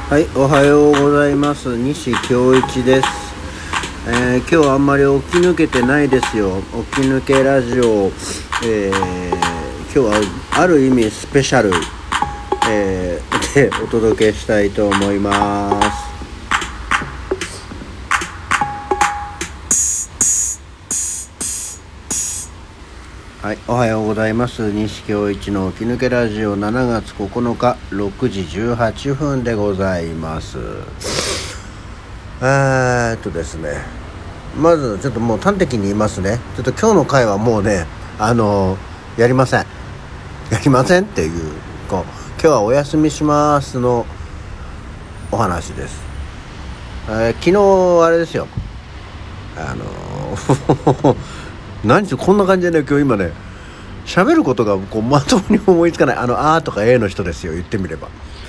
はい、おはようございます。西京一です。今日はあんまり起き抜けてないですよ。起き抜けラジオ、今日はある意味スペシャル、でお届けしたいと思います。はい、おはようございます。西京一の起き抜けラジオ7月9日6時18分でございます。ですね、まずちょっともう端的に言いますね。ちょっと今日の回はもうね、やりませんっていう、今日はお休みしますのお話です。昨日あれですよ、何しろこんな感じでね、今日今ね喋ることがこうまともに思いつかない、あとかの人ですよ、言ってみれば。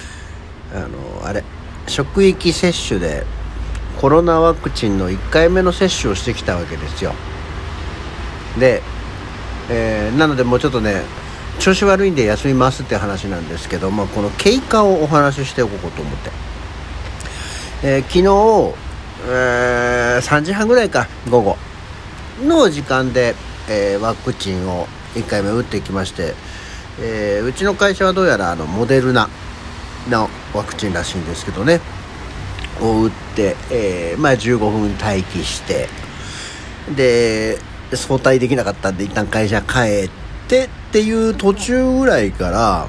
職域接種でコロナワクチンの1回目の接種をしてきたわけですよ。で、なのでもうちょっとね調子悪いんで休みますって話なんですけども、この経過をお話ししておこうと思って、昨日、3時半ぐらいか、午後の時間で、ワクチンを1回目打ってきまして、うちの会社はどうやらモデルナのワクチンらしいんですけどね、を打って、15分待機して、で早退できなかったんで一旦会社帰ってっていう途中ぐらいから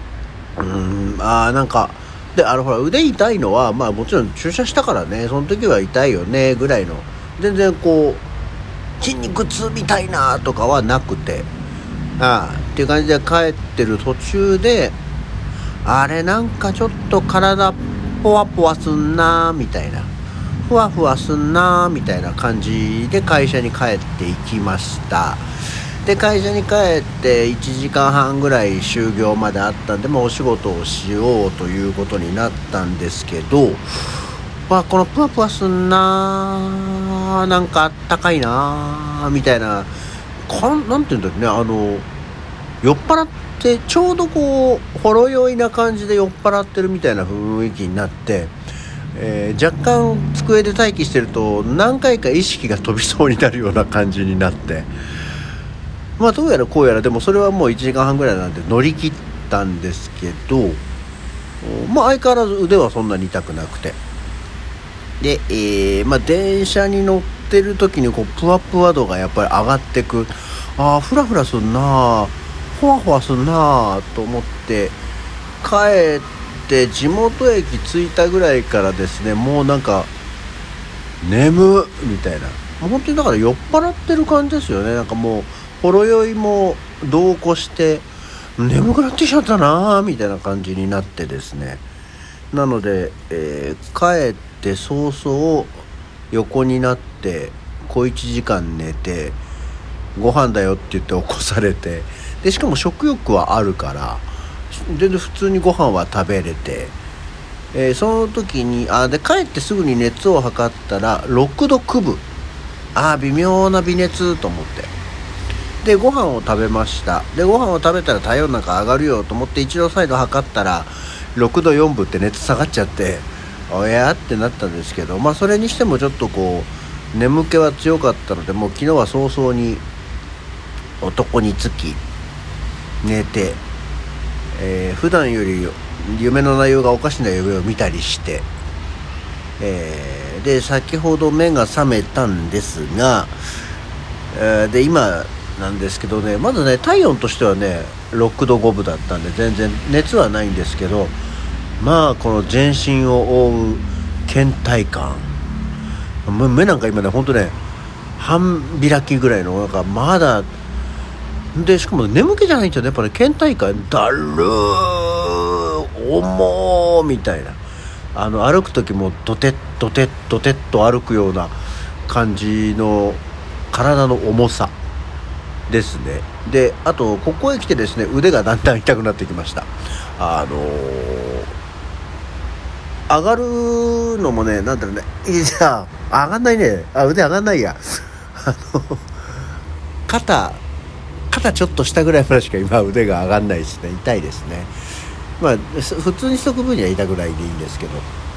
なんかでほら腕痛いのはもちろん注射したからね、その時は痛いよねぐらいの、全然こう筋肉痛みたいなとかはなくて、っていう感じで帰ってる途中で、なんかちょっと体ポワポワすんなみたいな、ふわふわすんなみたいな感じで会社に帰っていきました。で会社に帰って1時間半ぐらい就業まであったんで、お仕事をしようということになったんですけど、このぷわぷわすんな、なんかあったかいなみたいな、なんていうんだろうね、酔っ払ってちょうどこうほろ酔いな感じで酔っ払ってるみたいな雰囲気になって、若干机で待機してると何回か意識が飛びそうになるような感じになって、どうやらこうやら、でもそれはもう1時間半ぐらいなんで乗り切ったんですけど、相変わらず腕はそんなに痛くなくて、で、電車に乗ってる時にこうプワプワ度がやっぱり上がってく、フラフラすんな、ほわほわすんなと思って帰って地元駅着いたぐらいからですね、もうなんか眠みたいな、もう本当にだから酔っ払ってる感じですよね。なんかもうほろ酔いも同行して眠くなってきちゃったなみたいな感じになってですね、なので、帰って早々横になって小1時間寝て、ご飯だよって言って起こされて、でしかも食欲はあるから全然普通にご飯は食べれて、その時にで帰ってすぐに熱を測ったら6度9分、微妙な微熱と思って、でご飯を食べました。でご飯を食べたら体温なんか上がるよと思って一度再度測ったら6度4分って熱下がっちゃって、おやってなったんですけど、それにしてもちょっとこう眠気は強かったので、もう昨日は早々に男につき寝て、普段より夢の内容がおかしな夢を見たりして、で先ほど目が覚めたんですが、で今なんですけどね、まだね体温としてはね6度5分だったんで全然熱はないんですけど、この全身を覆う倦怠感、目なんか今ねほんとね半開きぐらいの、なんかまだで、しかも眠気じゃないんですよね、やっぱり倦怠感、だるー重ーみたいな、歩く時もドテッドテッドテッと歩くような感じの体の重さですね。であとここへ来てですね、腕がだんだん痛くなってきました。上がるのもね、なんだろうね、じゃあ上がんないね、腕上がんないや肩ちょっと下ぐらいまでしか今腕が上がんないですね。痛いですね。 まあ普通にしとく分には痛くないでいいんですけど、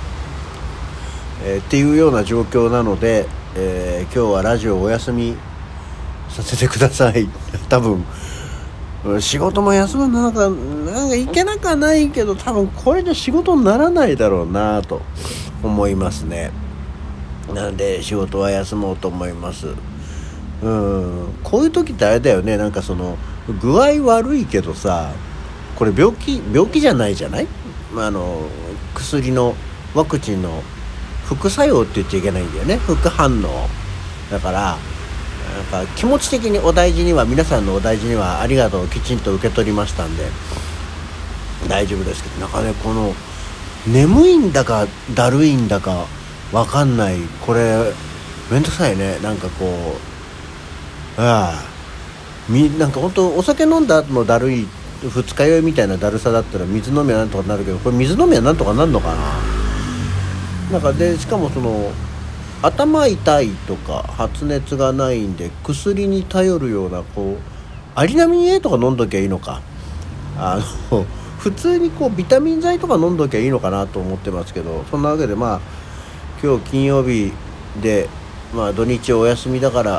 っていうような状況なので、今日はラジオお休みさせてください。多分仕事も休むのなんかいけなくはないけど、多分これで仕事にならないだろうなと思いますね。なので仕事は休もうと思います。こういう時ってあれだよね、なんかその具合悪いけどさ、これ病気じゃないじゃない、薬のワクチンの副作用って言っちゃいけないんだよね、副反応だから、なんか気持ち的にお大事には、皆さんのお大事にはありがとうきちんと受け取りましたんで大丈夫ですけど、なんかね、この眠いんだかだるいんだかわかんない、これめんどくさいね。なんかこうなんか本当お酒飲んだ後のだるい二日酔いみたいなだるさだったら水飲みはなんとかなるけど、これ水飲みはなんとかなるのかな。なんかでしかもその頭痛いとか発熱がないんで薬に頼るような、こうアリナミン A とか飲んどきゃいいのか、普通にこうビタミン剤とか飲んどきゃいいのかなと思ってますけど、そんなわけで今日金曜日で土日お休みだから、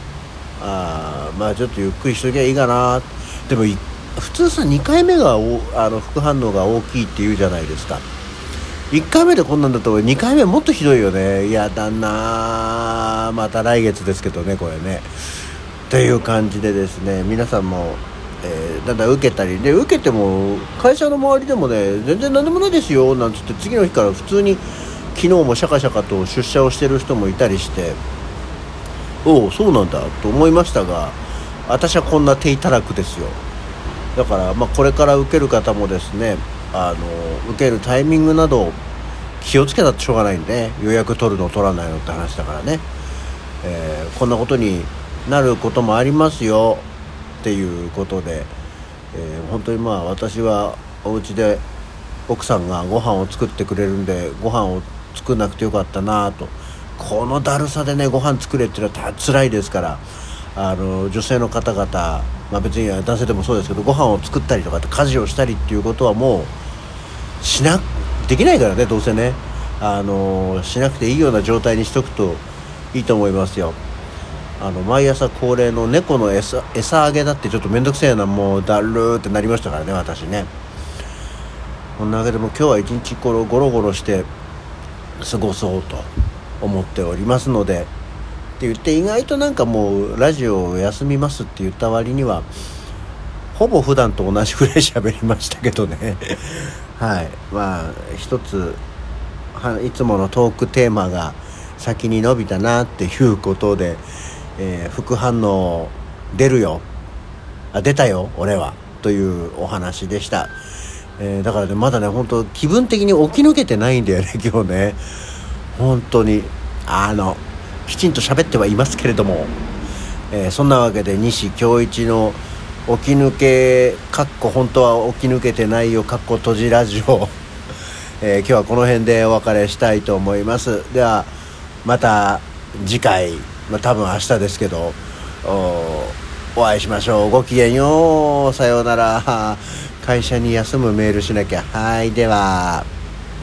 ちょっとゆっくりしときゃいいかな。でも普通さ2回目が副反応が大きいって言うじゃないですか。1回目でこんなんだと2回目もっとひどいよね。やだな、また来月ですけどね、これね。という感じでですね、皆さんも、だんだん受けたりで、受けても会社の周りでもね、全然何でもないですよなんつって次の日から普通に昨日もシャカシャカと出社をしてる人もいたりして、おおそうなんだと思いましたが、私はこんな手たらくですよ。だからこれから受ける方もですね、受けるタイミングなど気をつけたってしょうがないんで、予約取るの取らないのって話だからね、こんなことになることもありますよっていうことで、本当に私はお家で奥さんがご飯を作ってくれるんで、ご飯を作んなくてよかったなと。このだるさでね、ご飯作れっていうのは辛いですから、女性の方々、別に男性でもそうですけど、ご飯を作ったりとか家事をしたりっていうことはもうできないからね、どうせね、しなくていいような状態にしとくといいと思いますよ。毎朝恒例の猫の餌あげだってちょっとめんどくせえな、もうだるーってなりましたからね、私ね。こんなわけでも今日は一日ゴロゴロして過ごそうと思っておりますので、って言って意外となんかもうラジオを休みますって言った割にはほぼ普段と同じぐらい喋りましたけどねはい、一ついつものトークテーマが先に伸びたなっていうことで、副反応出たよ俺はというお話でした。だからね、まだね、本当気分的に起き抜けてないんだよね今日ね。本当にきちんと喋ってはいますけれども、そんなわけで西京一の起き抜け本当は起き抜けてないよ閉じラジオ、今日はこの辺でお別れしたいと思います。ではまた次回、多分明日ですけどお会いしましょう。ごきげんよう、さようなら。会社に休むメールしなきゃ。はい、では。